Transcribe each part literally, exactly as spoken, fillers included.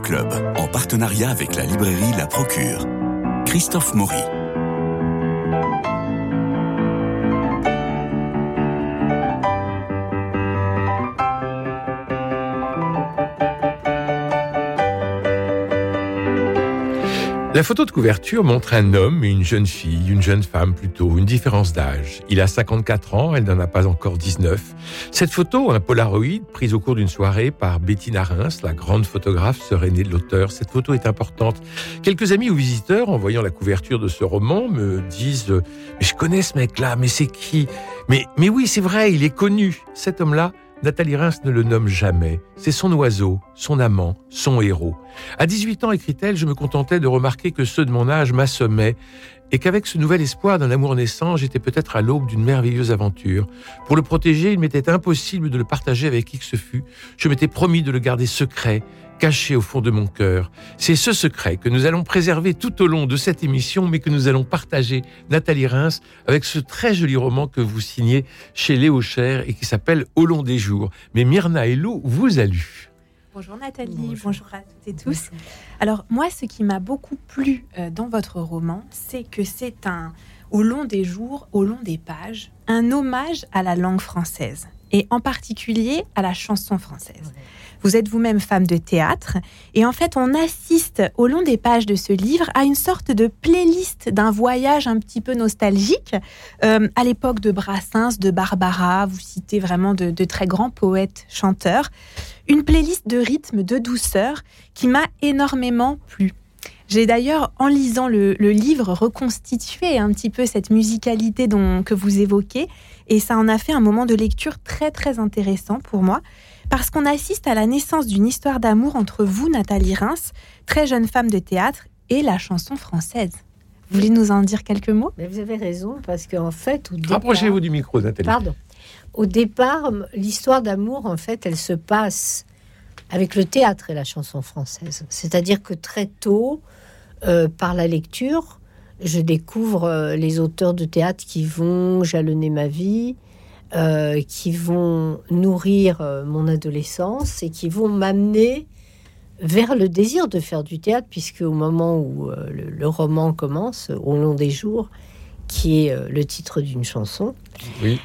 Club, en partenariat avec la librairie La Procure. Christophe Maury. La photo de couverture montre un homme et une jeune fille, une jeune femme plutôt, une différence d'âge. Il a cinquante-quatre ans, elle n'en a pas encore dix-neuf. Cette photo, un Polaroid, prise au cours d'une soirée par Bettina Reims, la grande photographe sœur aînée de l'auteur. Cette photo est importante. Quelques amis ou visiteurs, en voyant la couverture de ce roman, me disent « Mais je connais ce mec-là, mais c'est qui ?» Mais, mais oui, c'est vrai, il est connu. Cet homme-là, Nathalie Reims ne le nomme jamais. C'est son oiseau, son amant, son héros. À dix-huit ans, écrit-elle, je me contentais de remarquer que ceux de mon âge m'assommaient et qu'avec ce nouvel espoir d'un amour naissant, j'étais peut-être à l'aube d'une merveilleuse aventure. Pour le protéger, il m'était impossible de le partager avec qui que ce fût. Je m'étais promis de le garder secret, caché au fond de mon cœur. C'est ce secret que nous allons préserver tout au long de cette émission, mais que nous allons partager, Nathalie Reims, avec ce très joli roman que vous signez chez Léo Cher et qui s'appelle Au long des jours. Mais Myrna Hello vous a lu. Bonjour Nathalie, bonjour. bonjour à toutes et tous. Bonjour. Alors moi, ce qui m'a beaucoup plu euh, dans votre roman, c'est que c'est un, au long des jours, au long des pages, un hommage à la langue française et en particulier à la chanson française. Ouais. Vous êtes vous-même femme de théâtre et en fait, on assiste au long des pages de ce livre à une sorte de playlist d'un voyage un petit peu nostalgique. Euh, à l'époque de Brassens, de Barbara, vous citez vraiment de, de très grands poètes, chanteurs. Une playlist de rythme, de douceur qui m'a énormément plu. J'ai d'ailleurs, en lisant le, le livre, reconstitué un petit peu cette musicalité dont, que vous évoquez et ça en a fait un moment de lecture très très intéressant pour moi. Parce qu'on assiste à la naissance d'une histoire d'amour entre vous, Nathalie Reims, très jeune femme de théâtre, et la chanson française. Vous voulez nous en dire quelques mots ? Mais vous avez raison, parce qu'en fait... Au départ, rapprochez-vous du micro, Nathalie. Pardon. Au départ, l'histoire d'amour, en fait, elle se passe avec le théâtre et la chanson française. C'est-à-dire que très tôt, euh, par la lecture, je découvre euh, les auteurs de théâtre qui vont jalonner ma vie, Euh, qui vont nourrir euh, mon adolescence et qui vont m'amener vers le désir de faire du théâtre, puisque au moment où euh, le, le roman commence, Au long des jours, qui est euh, le titre d'une chanson, oui.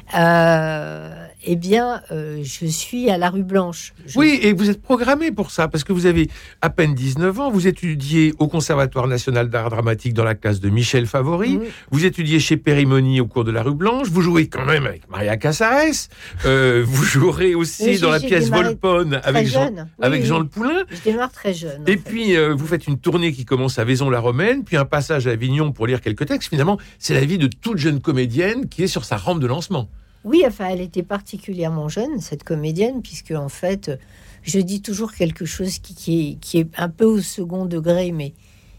euh, eh bien, euh, je suis à la rue Blanche. Je... Oui, et vous êtes programmé pour ça, parce que vous avez à peine dix-neuf ans, vous étudiez au Conservatoire national d'art dramatique dans la classe de Michel Favori, mmh. vous étudiez chez Périmoni au cours de la rue Blanche, vous jouez quand même avec Maria Casares, euh, vous jouerez aussi oui, dans la pièce Volpone avec, Jean, oui, avec oui. Jean Le Poulain. Je démarre très jeune. Et puis, euh, vous faites une tournée qui commence à Vaison-la-Romaine, puis un passage à Avignon pour lire quelques textes. Finalement, c'est la vie de toute jeune comédienne qui est sur sa rampe de lancement. Oui, enfin, elle était particulièrement jeune, cette comédienne, puisque, en fait, je dis toujours quelque chose qui, qui, est, qui est un peu au second degré, mais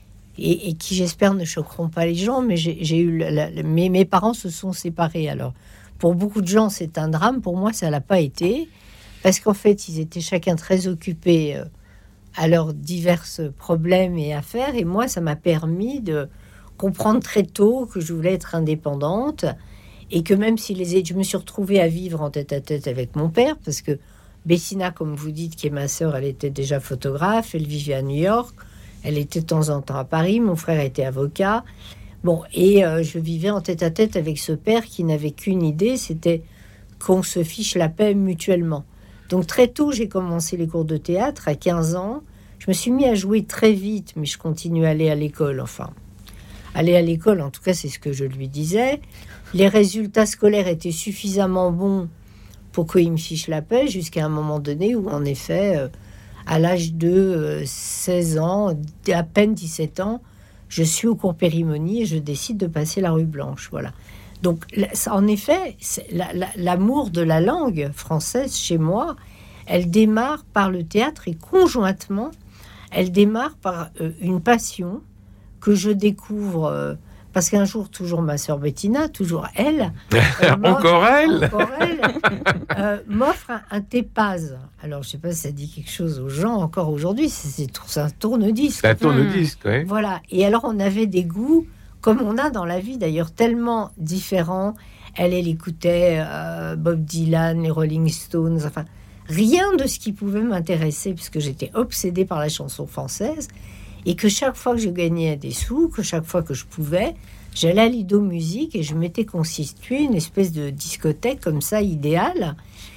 et, et qui, j'espère, ne choqueront pas les gens, mais j'ai, j'ai eu... La, la, mes, mes parents se sont séparés, alors, pour beaucoup de gens, c'est un drame. Pour moi, ça ne l'a pas été, parce qu'en fait, ils étaient chacun très occupés euh, à leurs divers problèmes et affaires, et moi, ça m'a permis de comprendre très tôt que je voulais être indépendante, et que même si les je me suis retrouvée à vivre en tête-à-tête avec mon père, parce que Bettina, comme vous dites, qui est ma sœur, elle était déjà photographe, elle vivait à New York, elle était de temps en temps à Paris, mon frère était avocat, bon, et euh, je vivais en tête-à-tête avec ce père qui n'avait qu'une idée, c'était qu'on se fiche la paix mutuellement. Donc très tôt, j'ai commencé les cours de théâtre, à quinze ans, je me suis mis à jouer très vite, mais je continue à aller à l'école, enfin... Aller à l'école, en tout cas, c'est ce que je lui disais. Les résultats scolaires étaient suffisamment bons pour qu'il me fiche la paix, jusqu'à un moment donné où, en effet, euh, à l'âge de euh, seize ans, à peine dix-sept ans, je suis au cours Périmoni et je décide de passer la rue Blanche. Voilà. Donc, ça, en effet, la, la, l'amour de la langue française chez moi, elle démarre par le théâtre et conjointement, elle démarre par euh, une passion que je découvre, euh, parce qu'un jour, toujours ma sœur Bettina, toujours elle, euh, encore elle, encore elle euh, m'offre un, un Tépaz. Alors, je ne sais pas si ça dit quelque chose aux gens encore aujourd'hui, c'est, c'est un tourne-disque. C'est un tourne-disque, mmh. oui. Voilà, et alors on avait des goûts, comme on a dans la vie d'ailleurs, tellement différents. Elle, elle écoutait euh, Bob Dylan, les Rolling Stones, enfin, rien de ce qui pouvait m'intéresser, puisque j'étais obsédée par la chanson française, et que chaque fois que je gagnais des sous, que chaque fois que je pouvais, j'allais à Lido Musique et je m'étais constituée une espèce de discothèque comme ça, idéale.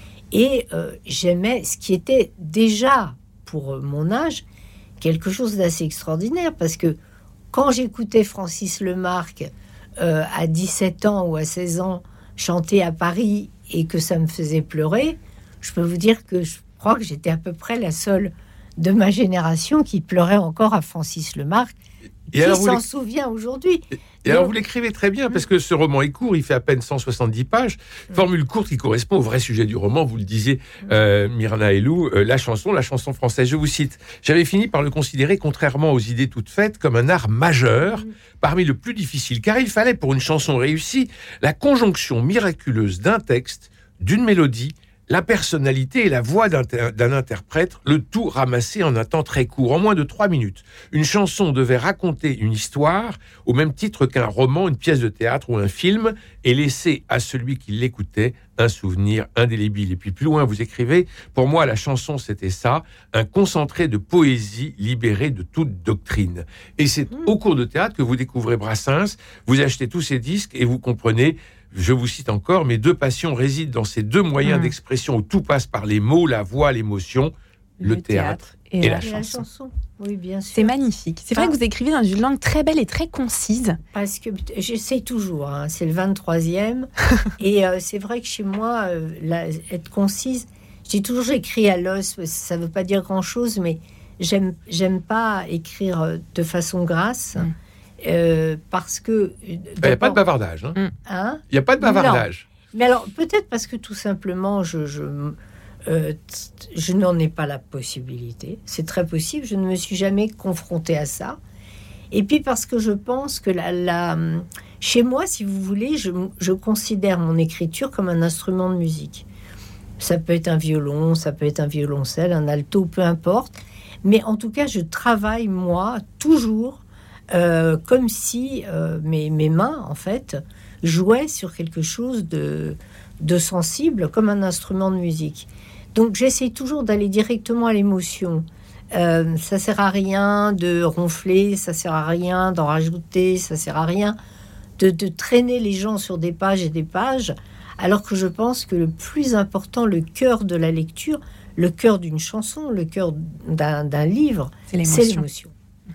Et euh, j'aimais ce qui était déjà, pour mon âge, quelque chose d'assez extraordinaire, parce que quand j'écoutais Francis Lemarque euh, à dix-sept ans ou à seize ans chanter à Paris et que ça me faisait pleurer, je peux vous dire que je crois que j'étais à peu près la seule de ma génération qui pleurait encore à Francis Lemarque. Et qui s'en souvient aujourd'hui. Et, et alors, vous l'écrivez très bien, parce que ce roman est court, il fait à peine cent soixante-dix pages, formule courte qui correspond au vrai sujet du roman, vous le disiez, euh, Myrna Helou, euh, la chanson, la chanson française. Je vous cite, « J'avais fini par le considérer, contrairement aux idées toutes faites, comme un art majeur, parmi le plus difficile, car il fallait, pour une chanson réussie, la conjonction miraculeuse d'un texte, d'une mélodie, la personnalité et la voix d'un, d'un interprète, le tout ramassé en un temps très court, en moins de trois minutes. Une chanson devait raconter une histoire, au même titre qu'un roman, une pièce de théâtre ou un film, et laisser à celui qui l'écoutait un souvenir indélébile. » Et puis plus loin, vous écrivez, « Pour moi, la chanson, c'était ça, un concentré de poésie libéré de toute doctrine. » Et c'est mmh. au cours de théâtre que vous découvrez Brassens, vous achetez tous ces disques et vous comprenez. Je vous cite encore, mes deux passions résident dans ces deux moyens mmh. d'expression où tout passe par les mots, la voix, l'émotion, le, le théâtre, théâtre et, et la, la, chanson. la chanson. Oui, bien sûr. C'est magnifique. C'est ah. vrai que vous écrivez dans une langue très belle et très concise. Parce que j'essaie toujours, hein, c'est le vingt-troisième. et euh, c'est vrai que chez moi, euh, la, être concise, j'ai toujours écrit à l'os, ça ne veut pas dire grand-chose, mais j'aime, j'aime pas écrire de façon grasse. Mmh. Euh, parce que il n'y a pas de bavardage. Hein hein il n'y a pas de bavardage. Non. Mais alors, peut-être parce que tout simplement, je, je, euh, je n'en ai pas la possibilité. C'est très possible. Je ne me suis jamais confrontée à ça. Et puis parce que je pense que la, la, chez moi, si vous voulez, je, je considère mon écriture comme un instrument de musique. Ça peut être un violon, ça peut être un violoncelle, un alto, peu importe. Mais en tout cas, je travaille, moi, toujours Euh, comme si euh, mes, mes mains, en fait, jouaient sur quelque chose de, de sensible, comme un instrument de musique. Donc, j'essaie toujours d'aller directement à l'émotion. Euh, ça sert à rien de ronfler, ça sert à rien d'en rajouter, ça sert à rien de, de traîner les gens sur des pages et des pages, alors que je pense que le plus important, le cœur de la lecture, le cœur d'une chanson, le cœur d'un, d'un livre, c'est l'émotion. C'est l'émotion.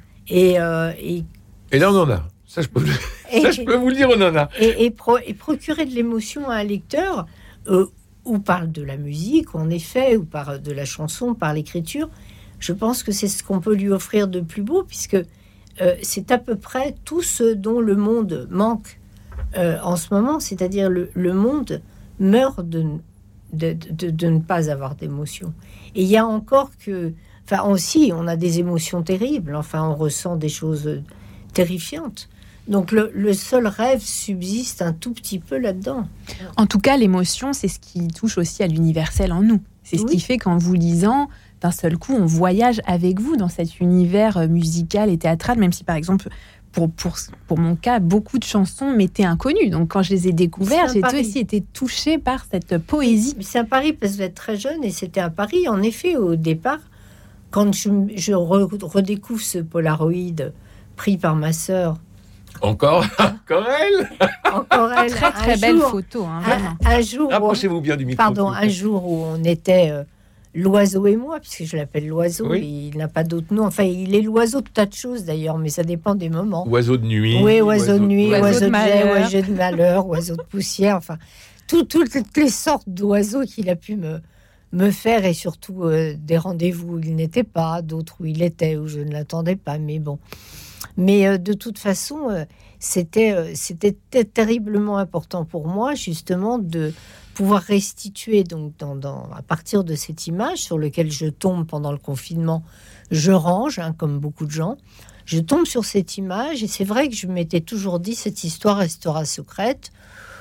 Et, euh, et, et là, on en a. Ça, je peux, et, ça, je peux vous le dire, on en a. Et, et, pro, et procurer de l'émotion à un lecteur, euh, ou par de la musique, en effet, ou par de la chanson, par l'écriture, je pense que c'est ce qu'on peut lui offrir de plus beau, puisque euh, c'est à peu près tout ce dont le monde manque euh, en ce moment, c'est-à-dire le, le monde meurt de, de, de, de ne pas avoir d'émotion. Et il y a encore que... Enfin, aussi, on a des émotions terribles. Enfin, on ressent des choses terrifiantes. Donc, le, le seul rêve subsiste un tout petit peu là-dedans. En tout cas, l'émotion, c'est ce qui touche aussi à l'universel en nous. C'est ce oui. qui fait qu'en vous lisant, d'un seul coup, on voyage avec vous dans cet univers musical et théâtral, même si, par exemple, pour, pour, pour mon cas, beaucoup de chansons m'étaient inconnues. Donc, quand je les ai découvertes, j'ai pari. aussi été touchée par cette poésie. Mais c'est un pari parce que vous êtes très jeune et c'était un pari. En effet, au départ, quand je, je re, redécouvre ce Polaroid pris par ma sœur. Encore, encore elle Encore elle. Très, très un belle jour, photo. Hein, un, un jour. Rapprochez-vous bien du micro. Pardon, un jour où on était euh, l'oiseau et moi, puisque je l'appelle l'oiseau, oui. et il n'a pas d'autre nom. Enfin, il est l'oiseau de tas de choses d'ailleurs, mais ça dépend des moments. Oiseau de nuit. Oui, oiseau, oiseau de nuit, oiseau, oiseau de malheur, oiseau de malheur, oiseau de poussière. Enfin, tout, tout, toutes les sortes d'oiseaux qu'il a pu me. me faire, et surtout euh, des rendez-vous où il n'était pas, d'autres où il était, où je ne l'attendais pas, mais bon. Mais euh, de toute façon, euh, c'était, euh, c'était terriblement important pour moi, justement, de pouvoir restituer, donc, dans, dans, à partir de cette image sur laquelle je tombe pendant le confinement, je range, hein, comme beaucoup de gens, je tombe sur cette image, et c'est vrai que je m'étais toujours dit, cette histoire restera secrète.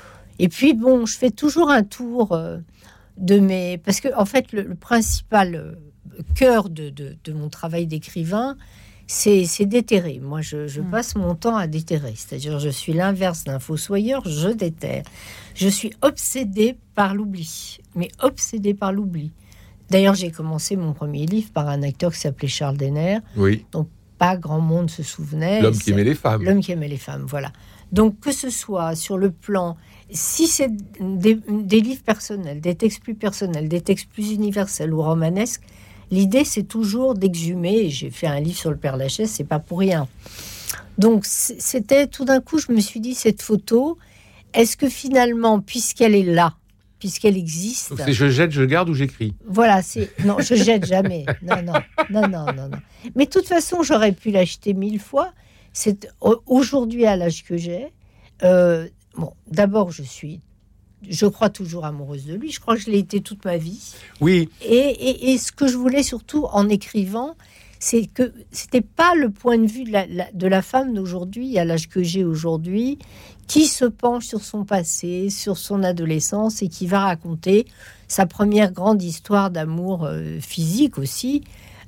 Et puis, bon, je fais toujours un tour... Euh, de mes... Parce que, en fait, le, le principal cœur de, de, de mon travail d'écrivain, c'est, c'est déterrer. Moi, je, je passe mon temps à déterrer. C'est-à-dire, je suis l'inverse d'un fossoyeur, je déterre. Je suis obsédée par l'oubli. Mais obsédée par l'oubli. D'ailleurs, j'ai commencé mon premier livre par un acteur qui s'appelait Charles Denner, Oui. dont pas grand monde se souvenait. L'homme qui aimait les femmes. L'homme qui aimait les femmes, voilà. Donc, que ce soit sur le plan... Si c'est des, des livres personnels, des textes plus personnels, des textes plus universels ou romanesques, l'idée, c'est toujours d'exhumer. Et j'ai fait un livre sur le Père Lachaise, c'est pas pour rien. Donc, c'était tout d'un coup, je me suis dit, cette photo, est-ce que finalement, puisqu'elle est là, puisqu'elle existe... Donc c'est je jette, je garde ou j'écris. Voilà, c'est... Non, je jette jamais. Non, non, non, non, non, non. Mais de toute façon, j'aurais pu l'acheter mille fois. C'est aujourd'hui, à l'âge que j'ai... Euh, bon, d'abord, je suis... Je crois toujours amoureuse de lui. Je crois que je l'ai été toute ma vie. Oui. Et, et, et ce que je voulais surtout en écrivant, c'est que c'était pas le point de vue de la, la, de la femme d'aujourd'hui, à l'âge que j'ai aujourd'hui, qui se penche sur son passé, sur son adolescence et qui va raconter sa première grande histoire d'amour euh, physique aussi.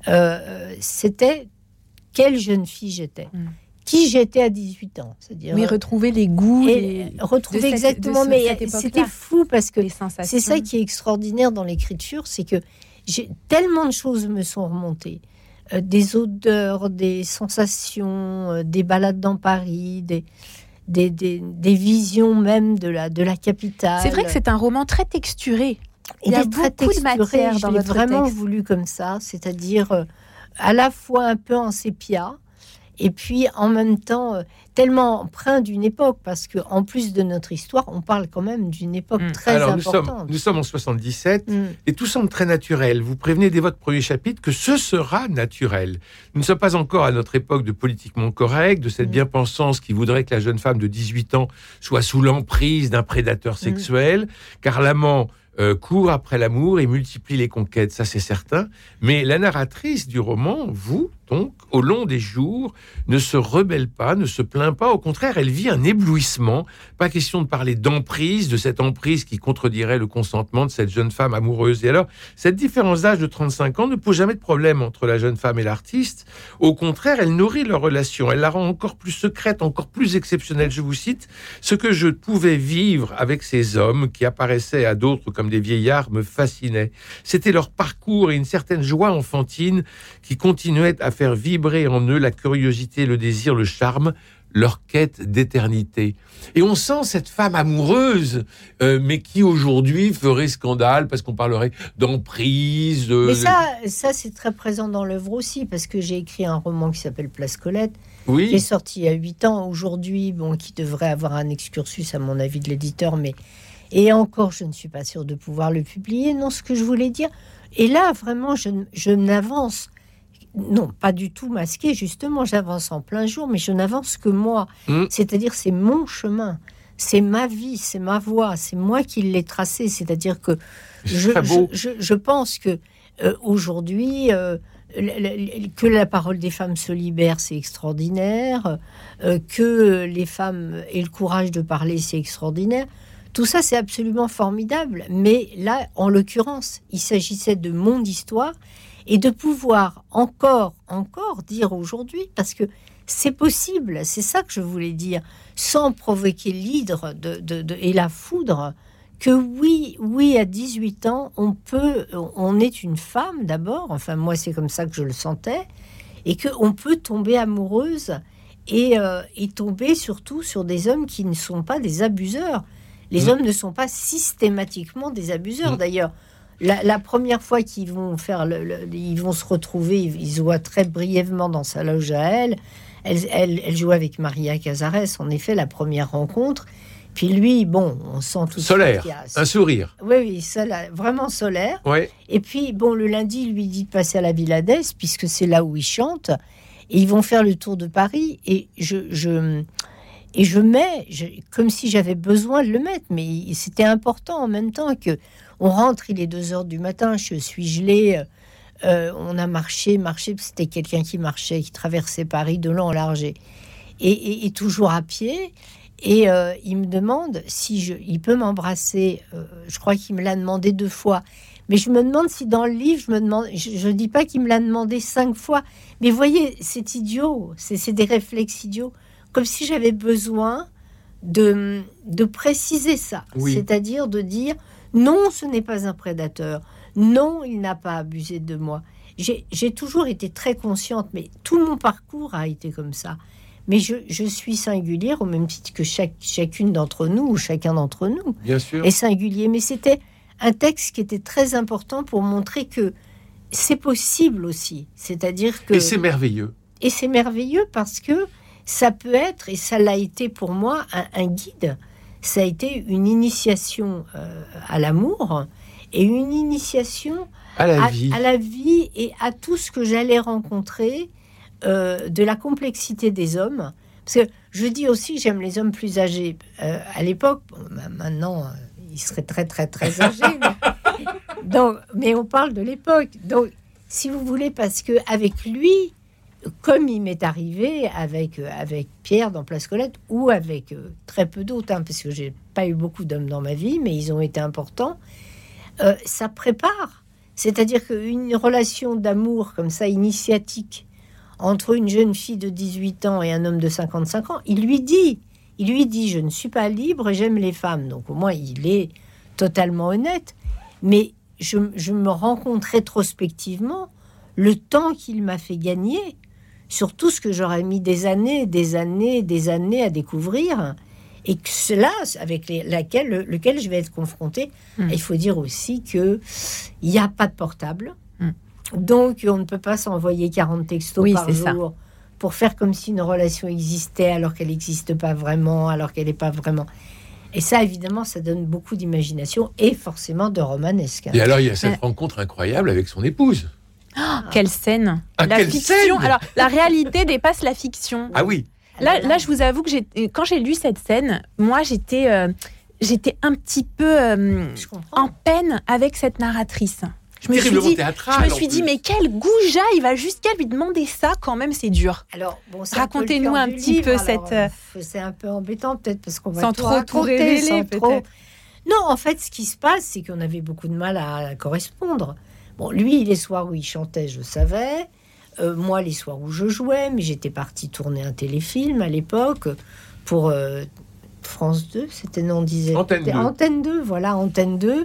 Euh, c'était quelle jeune fille j'étais. Mmh. Qui j'étais à dix-huit ans, c'est-à-dire oui, retrouver les goûts et les... retrouver cette, exactement. ce, mais c'était fou parce que c'est ça qui est extraordinaire dans l'écriture, c'est que j'ai, tellement de choses me sont remontées, euh, des odeurs, des sensations, euh, des balades dans Paris, des des, des des visions même de la de la capitale. C'est vrai que c'est un roman très texturé. Il, Il y a beaucoup texturé, de matière dans je l'ai votre vraiment texte. Voulu comme ça, c'est-à-dire euh, à la fois un peu en sépia. Et puis, en même temps, euh, tellement empreint d'une époque, parce qu'en plus de notre histoire, on parle quand même d'une époque mmh. très Alors, importante. Nous sommes, nous sommes en soixante-dix-sept, mmh. et tout semble très naturel. Vous prévenez dès votre premier chapitre que ce sera naturel. Nous ne sommes pas encore à notre époque de politiquement correct, de cette mmh. bien-pensance qui voudrait que la jeune femme de dix-huit ans soit sous l'emprise d'un prédateur sexuel, mmh. car l'amant... Euh, court après l'amour et multiplie les conquêtes, ça c'est certain. Mais la narratrice du roman, vous, donc, au long des jours, ne se rebelle pas, ne se plaint pas. Au contraire, elle vit un éblouissement. Pas question de parler d'emprise, de cette emprise qui contredirait le consentement de cette jeune femme amoureuse. Et alors, cette différence d'âge de trente-cinq ans ne pose jamais de problème entre la jeune femme et l'artiste. Au contraire, elle nourrit leur relation. Elle la rend encore plus secrète, encore plus exceptionnelle. Je vous cite, « Ce que je pouvais vivre avec ces hommes qui apparaissaient à d'autres comme des vieillards me fascinait. C'était leur parcours et une certaine joie enfantine qui continuait à faire vibrer en eux la curiosité, le désir, le charme, leur quête d'éternité. » Et on sent cette femme amoureuse, euh, mais qui aujourd'hui ferait scandale parce qu'on parlerait d'emprise. De... Mais ça, ça c'est très présent dans l'œuvre aussi, parce que j'ai écrit un roman qui s'appelle Place Colette, oui. qui est sorti il y a huit ans. Aujourd'hui, bon, qui devrait avoir un excursus, à mon avis, de l'éditeur, mais et encore, je ne suis pas sûre de pouvoir le publier. Non, ce que je voulais dire. Et là, vraiment, je, je n'avance, non, pas du tout masqué, justement, j'avance en plein jour, mais je n'avance que moi. Mmh. C'est-à-dire, c'est mon chemin, c'est ma vie, c'est ma voie, c'est moi qui l'ai tracé. C'est-à-dire que je, je, je, je pense que euh, aujourd'hui, euh, que la parole des femmes se libère, c'est extraordinaire. Euh, que les femmes aient le courage de parler, c'est extraordinaire. Tout ça, c'est absolument formidable. Mais là, en l'occurrence, il s'agissait de mon histoire et de pouvoir encore, encore dire aujourd'hui, parce que c'est possible, c'est ça que je voulais dire, sans provoquer l'hydre de, de, de, et la foudre, que oui, oui, à dix-huit ans, on peut, on est une femme d'abord, enfin moi c'est comme ça que je le sentais, et qu'on peut tomber amoureuse et, euh, et tomber surtout sur des hommes qui ne sont pas des abuseurs. Les mmh. hommes ne sont pas systématiquement des abuseurs. Mmh. D'ailleurs, la, la première fois qu'ils vont faire, le, le, ils vont se retrouver, ils, ils se voient très brièvement dans sa loge à elle. Elle, elle, elle joue avec Maria Cazares, en effet, la première rencontre. Puis lui, bon, on sent tout solaire, qu'il y a, un sourire. Oui, oui, solaire, vraiment solaire. Ouais. Et puis, bon, le lundi, il lui dit de passer à la Villa d'Est, puisque c'est là où il chante. Et ils vont faire le tour de Paris. Et je... je Et je mets, je, comme si j'avais besoin de le mettre, mais c'était important en même temps que on rentre, il est deux heures du matin, je suis gelée, euh, on a marché, marché, c'était quelqu'un qui marchait, qui traversait Paris de long en large et, et, et toujours à pied. Et euh, il me demande si je, il peut m'embrasser. Euh, je crois qu'il me l'a demandé deux fois. Mais je me demande si dans le livre, je me demande, je ne dis pas qu'il me l'a demandé cinq fois. Mais vous voyez, c'est idiot, c'est, c'est des réflexes idiots. Comme si j'avais besoin de, de préciser ça. Oui. C'est-à-dire de dire, non, ce n'est pas un prédateur. Non, il n'a pas abusé de moi. J'ai, j'ai toujours été très consciente, mais tout mon parcours a été comme ça. Mais je, je suis singulière au même titre que chaque, chacune d'entre nous ou chacun d'entre nous Bien sûr. est singulier. Mais c'était un texte qui était très important pour montrer que c'est possible aussi. C'est-à-dire que... Et c'est merveilleux. Et c'est merveilleux parce que ça peut être, et ça l'a été pour moi, un, un guide. Ça a été une initiation euh, à l'amour et une initiation À la à, vie. à la vie et à tout ce que j'allais rencontrer, euh, de la complexité des hommes. Parce que je dis aussi que j'aime les hommes plus âgés. Euh, à l'époque, bon, bah, maintenant, euh, ils seraient très, très, très âgés. mais... Donc, mais on parle de l'époque. Donc, si vous voulez, parce que avec lui, comme il m'est arrivé avec, euh, avec Pierre dans Place Colette, ou avec euh, très peu d'autres, hein, parce que j'ai pas eu beaucoup d'hommes dans ma vie, mais ils ont été importants, euh, ça prépare. C'est-à-dire qu'une relation d'amour comme ça, initiatique, entre une jeune fille de dix-huit ans et un homme de cinquante-cinq ans, il lui dit, il lui dit, je ne suis pas libre et j'aime les femmes. Donc au moins, il est totalement honnête. Mais je, je me rends compte rétrospectivement le temps qu'il m'a fait gagner sur tout ce que j'aurais mis des années, des années, des années à découvrir, et que cela, avec les, laquelle, le, lequel je vais être confrontée. Mmh. Il faut dire aussi qu'il n'y a pas de portable. Mmh. Donc, on ne peut pas s'envoyer quarante textos oui, par jour ça. Pour faire comme si une relation existait alors qu'elle n'existe pas vraiment, alors qu'elle n'est pas vraiment... Et ça, évidemment, ça donne beaucoup d'imagination et forcément de romanesque. Et alors, il y a cette Mais... rencontre incroyable avec son épouse. Oh, quelle scène! Ah, la quelle fiction. scène. Alors, la réalité dépasse la fiction. Ah oui. Là, là, je vous avoue que j'ai, quand j'ai lu cette scène, moi, j'étais, euh, j'étais un petit peu euh, en peine avec cette narratrice. Je me suis dit, je me suis dit, mais quel goujat, il va jusqu'à lui demander ça, quand même, c'est dur. Alors, bon, racontez-nous un, un petit livre, peu alors, cette. Euh, c'est un peu embêtant, peut-être, parce qu'on va sans tout trop raconter, tout révéler, sans peut-être. Trop... Non, en fait, ce qui se passe, c'est qu'on avait beaucoup de mal à correspondre. Bon, lui, les soirs où il chantait, je savais. Euh, moi, les soirs où je jouais, mais j'étais partie tourner un téléfilm à l'époque pour euh, France deux, c'était non, on disait Antenne deux. Antenne deux, voilà, Antenne deux.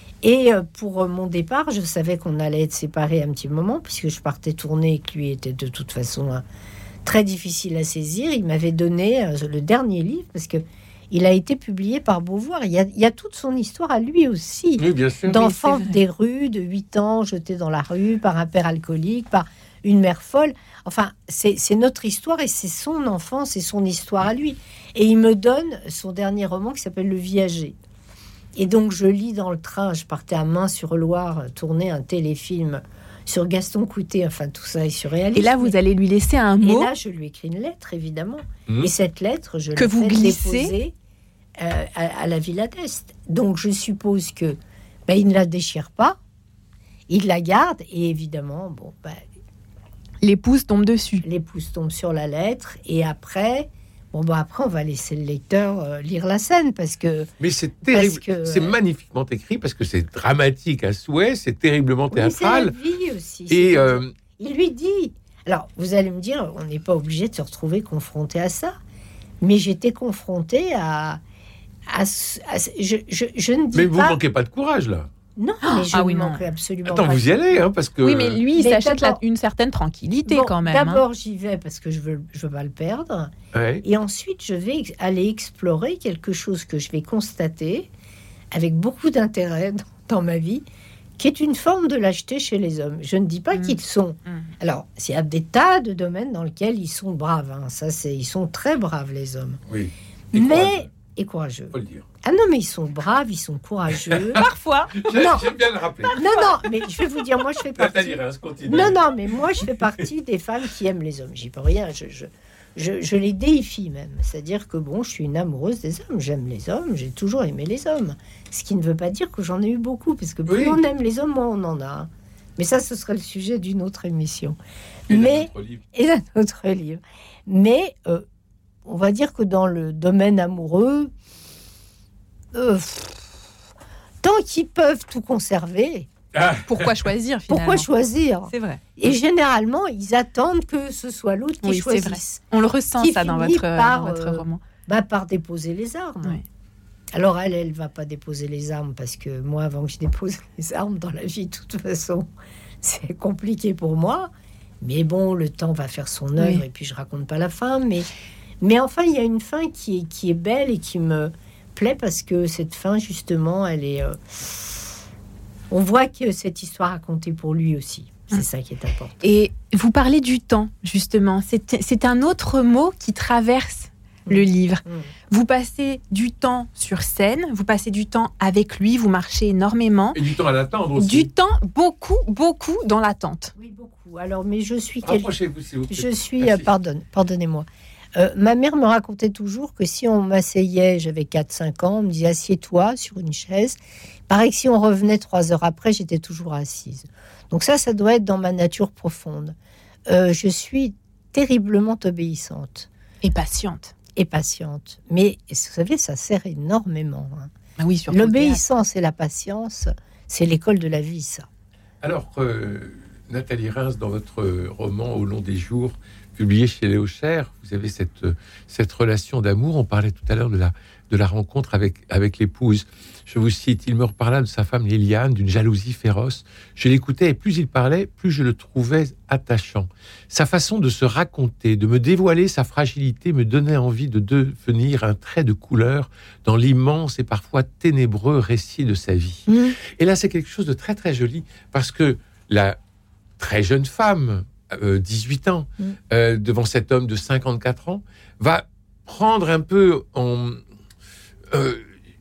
Et euh, pour euh, mon départ, je savais qu'on allait être séparés un petit moment, puisque je partais tourner et que lui était de toute façon euh, très difficile à saisir. Il m'avait donné euh, le dernier livre, parce que il a été publié par Beauvoir. Il y a, il y a toute son histoire à lui aussi. Oui, bien sûr. D'enfant oui, des rues, de huit ans, jeté dans la rue par un père alcoolique, par une mère folle. Enfin, c'est, c'est notre histoire et c'est son enfance et son histoire à lui. Et il me donne son dernier roman qui s'appelle Le Viager. Et donc, je lis dans le train, je partais à Main-sur-Loire tourner un téléfilm sur Gaston Coutet. Enfin, tout ça est surréaliste. Et là, vous allez lui laisser un mot. Et là, je lui écris une lettre, évidemment. Mmh. Et cette lettre, je que l'ai vous fait glissez déposer euh, à, à la Villa d'Est. Donc, je suppose que ben, il ne la déchire pas, il la garde, et évidemment, bon, ben, l'épouse tombe dessus. L'épouse tombe sur la lettre, et après, bon, ben, après, on va laisser le lecteur euh, lire la scène, parce que... Mais c'est terrible, que, c'est euh, magnifiquement écrit, parce que c'est dramatique à souhait, c'est terriblement théâtral. Oui, c'est la vie aussi. Et euh... il lui dit... Alors, vous allez me dire, on n'est pas obligé de se retrouver confronté à ça, mais j'étais confrontée à... à, à je, je, je ne dis mais pas... vous ne manquez pas de courage, là. Non, mais je ah ne oui, manquerai absolument Attends, pas. vous y allez, hein, parce que... Oui, mais lui, il mais s'achète la, une certaine tranquillité bon, quand même. D'abord, hein. j'y vais parce que je veux, je veux pas le perdre. Ouais. Et ensuite, je vais aller explorer quelque chose que je vais constater avec beaucoup d'intérêt dans, dans ma vie, qui est une forme de lâcheté chez les hommes. Je ne dis pas mmh. qu'ils sont... Mmh. Alors, il y a des tas de domaines dans lesquels ils sont braves. Hein. Ça, c'est, ils sont très braves, les hommes. Oui. Et mais... courageux. Et courageux. Faut le dire. Ah non, mais ils sont braves, ils sont courageux. Parfois. J'aime, non. j'aime bien le rappeler. Non, non, mais je vais vous dire, moi, je fais partie... Non, non, mais moi, je fais partie des femmes qui aiment les hommes. J'y peux rien. Je, je, je, je les déifie même. C'est-à-dire que, bon, je suis une amoureuse des hommes. J'aime les hommes. J'ai toujours aimé les hommes. Ce qui ne veut pas dire que j'en ai eu beaucoup. Parce que plus oui. on aime les hommes, moins on en a. Mais ça, ce serait le sujet d'une autre émission. Et mais, d'un autre livre. Et d'un autre livre. Mais, euh, on va dire que dans le domaine amoureux... Euh, tant qu'ils peuvent tout conserver, ah. pourquoi choisir finalement ? Pourquoi choisir ? C'est vrai. Et généralement, ils attendent que ce soit l'autre qui oui, choisisse. C'est vrai. On le ressent ça dans votre, par, dans votre roman. Euh, bah, par déposer les armes. Oui. Alors elle, elle va pas déposer les armes parce que moi, avant que je dépose les armes dans la vie, de toute façon, c'est compliqué pour moi. Mais bon, le temps va faire son œuvre, oui. Et puis je raconte pas la fin. Mais, mais enfin, il y a une fin qui est, qui est belle et qui me plaît parce que cette fin, justement, elle est... Euh... On voit que cette histoire a compté pour lui aussi. C'est mmh. ça qui est important. Et vous parlez du temps, justement. C'est, c'est un autre mot qui traverse le livre. Mmh. Vous passez du temps sur scène, vous passez du temps avec lui, vous marchez énormément. Et du temps à l'attendre aussi. Du temps, beaucoup, beaucoup dans l'attente. Oui, beaucoup. Alors, mais je suis... Rapprochez-vous, s'il vous plaît. Je suis... Euh, pardonne, pardonnez-moi. Euh, ma mère me racontait toujours que si on m'asseyait, j'avais quatre cinq ans, on me disait « assieds-toi sur une chaise ». Pareil que si on revenait trois heures après, j'étais toujours assise. Donc ça, ça doit être dans ma nature profonde. Euh, je suis terriblement obéissante. Et patiente. Et patiente. Mais vous savez, ça sert énormément. Hein. Ah oui, surtout l'obéissance et la patience, c'est l'école de la vie, ça. Alors, euh, Nathalie Reims, dans votre roman « Au long des jours », publié chez Léo Cher, vous avez cette, cette relation d'amour. On parlait tout à l'heure de la, de la rencontre avec, avec l'épouse. Je vous cite, il me reparla de sa femme Liliane, d'une jalousie féroce. Je l'écoutais et plus il parlait, plus je le trouvais attachant. Sa façon de se raconter, de me dévoiler sa fragilité me donnait envie de devenir un trait de couleur dans l'immense et parfois ténébreux récit de sa vie. Mmh. Et là, c'est quelque chose de très très joli parce que la très jeune femme, Euh, dix-huit ans, mmh. euh, devant cet homme de cinquante-quatre ans, va prendre un peu en... Euh,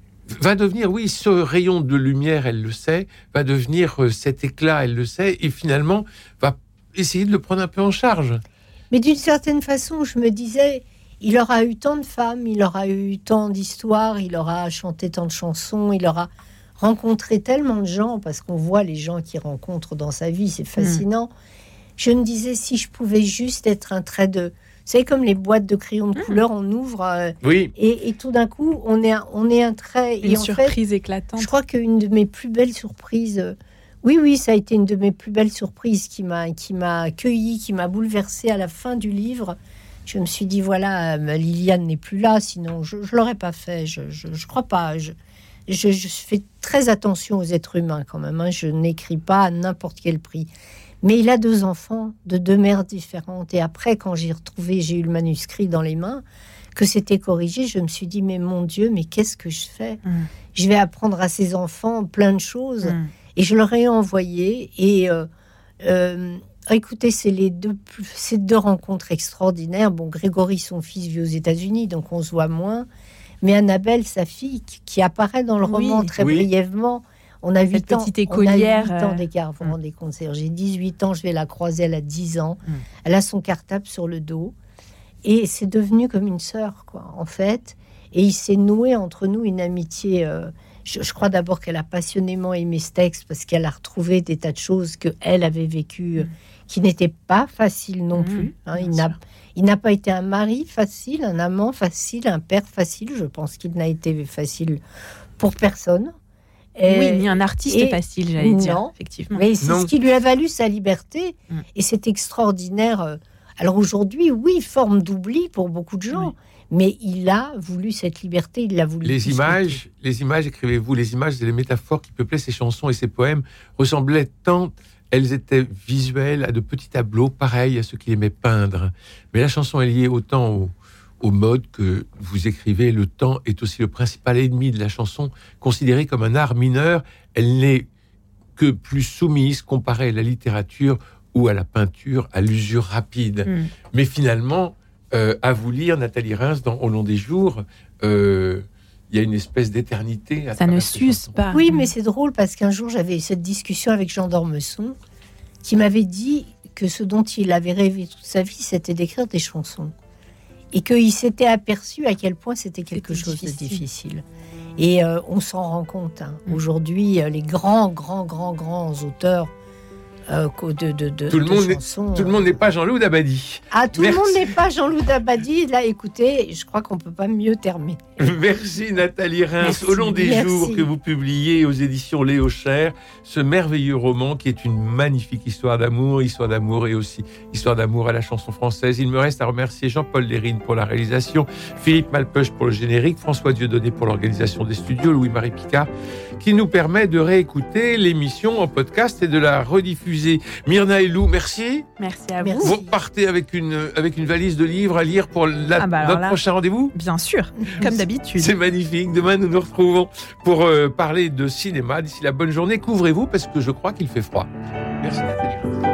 va devenir, oui, ce rayon de lumière, elle le sait, va devenir euh, cet éclat, elle le sait, et finalement, va essayer de le prendre un peu en charge. Mais d'une certaine façon, je me disais, il aura eu tant de femmes, il aura eu tant d'histoires, il aura chanté tant de chansons, il aura rencontré tellement de gens, parce qu'on voit les gens qu'il rencontre dans sa vie, c'est fascinant. Mmh. Je me disais, si je pouvais juste être un trait de... Vous savez, comme les boîtes de crayons de mmh. couleur, on ouvre euh, oui. et, et tout d'un coup, on est un, on est un trait... Une et en surprise fait, éclatante. Je crois qu'une de mes plus belles surprises... Euh, oui, oui, ça a été une de mes plus belles surprises qui m'a, qui m'a accueillie, qui m'a bouleversée à la fin du livre. Je me suis dit, voilà, euh, Liliane n'est plus là, sinon je ne l'aurais pas fait. Je ne crois pas. Je, je, je fais très attention aux êtres humains quand même. Hein. Je n'écris pas à n'importe quel prix. Mais il a deux enfants de deux mères différentes. Et après, quand j'ai retrouvé, j'ai eu le manuscrit dans les mains, que c'était corrigé, je me suis dit, mais mon Dieu, mais qu'est-ce que je fais ? mmh. Je vais apprendre à ces enfants plein de choses. Mmh. Et je leur ai envoyé. Et euh, euh, écoutez, c'est les deux, ces deux rencontres extraordinaires. Bon, Grégory, son fils, vit aux États-Unis, donc on se voit moins. Mais Annabelle, sa fille, qui, qui apparaît dans le oui. roman très oui. brièvement... On a huit ans, petite écolière, on a huit ans d'écart, vous vous rendez compte. J'ai dix-huit ans, je vais la croiser, elle a dix ans. Mm. Elle a son cartable sur le dos. Et c'est devenu comme une sœur, quoi, en fait. Et il s'est noué entre nous une amitié. Euh, je, je crois d'abord qu'elle a passionnément aimé ce texte parce qu'elle a retrouvé des tas de choses qu'elle avait vécues, mm. euh, qui n'étaient pas faciles non mm. plus. Hein. Il n'a, il n'a pas été un mari facile, un amant facile, un père facile. Je pense qu'il n'a été facile pour personne. Euh, oui, ni un artiste et, facile, j'allais non, dire, effectivement. Mais c'est non. ce qui lui a valu sa liberté. Mm. Et c'est extraordinaire. Alors aujourd'hui, oui, forme d'oubli pour beaucoup de gens. Oui. Mais il a voulu cette liberté, il l'a voulu. Les images, les images, écrivez-vous, les images et les métaphores qui peuplaient ses chansons et ses poèmes ressemblaient tant... Elles étaient visuelles, à de petits tableaux, pareils à ceux qu'il aimait peindre. Mais la chanson est liée autant au... au mode que vous écrivez. Le temps est aussi le principal ennemi de la chanson, considérée comme un art mineur. Elle n'est que plus soumise comparée à la littérature ou à la peinture, à l'usure rapide. Mm. Mais finalement, euh, à vous lire, Nathalie Reims, dans Au long des jours, euh, il y a une espèce d'éternité. À Ça ne s'use pas. Oui, mais c'est drôle parce qu'un jour, j'avais cette discussion avec Jean d'Ormesson qui m'avait dit que ce dont il avait rêvé toute sa vie, c'était d'écrire des chansons. Et qu'il s'était aperçu à quel point c'était quelque c'était chose difficile. de difficile. Et euh, on s'en rend compte. Hein. Mmh. Aujourd'hui, les grands, grands, grands, grands auteurs euh, de, de, de, tout, le de monde chansons. tout le monde n'est pas Jean-Loup Dabadi. Ah, tout Merci. le monde n'est pas Jean-Loup Dabadi. Là, écoutez, je crois qu'on ne peut pas mieux terminer. Merci Nathalie Reims. Merci, Au long des merci. jours que vous publiez aux éditions Léo Cher, ce merveilleux roman qui est une magnifique histoire d'amour, histoire d'amour et aussi histoire d'amour à la chanson française. Il me reste à remercier Jean-Paul Lérine pour la réalisation, Philippe Malpeuch pour le générique, François Dieudonné pour l'organisation des studios, Louis-Marie Picard qui nous permet de réécouter l'émission en podcast et de la rediffuser. Myrna et Lou, merci. Merci à Merci. vous. Vous partez avec une, avec une valise de livres à lire pour la, Ah bah alors notre là- prochain rendez-vous. Bien sûr, comme d'habitude. C'est magnifique. Demain, nous nous retrouvons pour euh, parler de cinéma. D'ici la bonne journée, couvrez-vous parce que je crois qu'il fait froid. Merci Nathalie.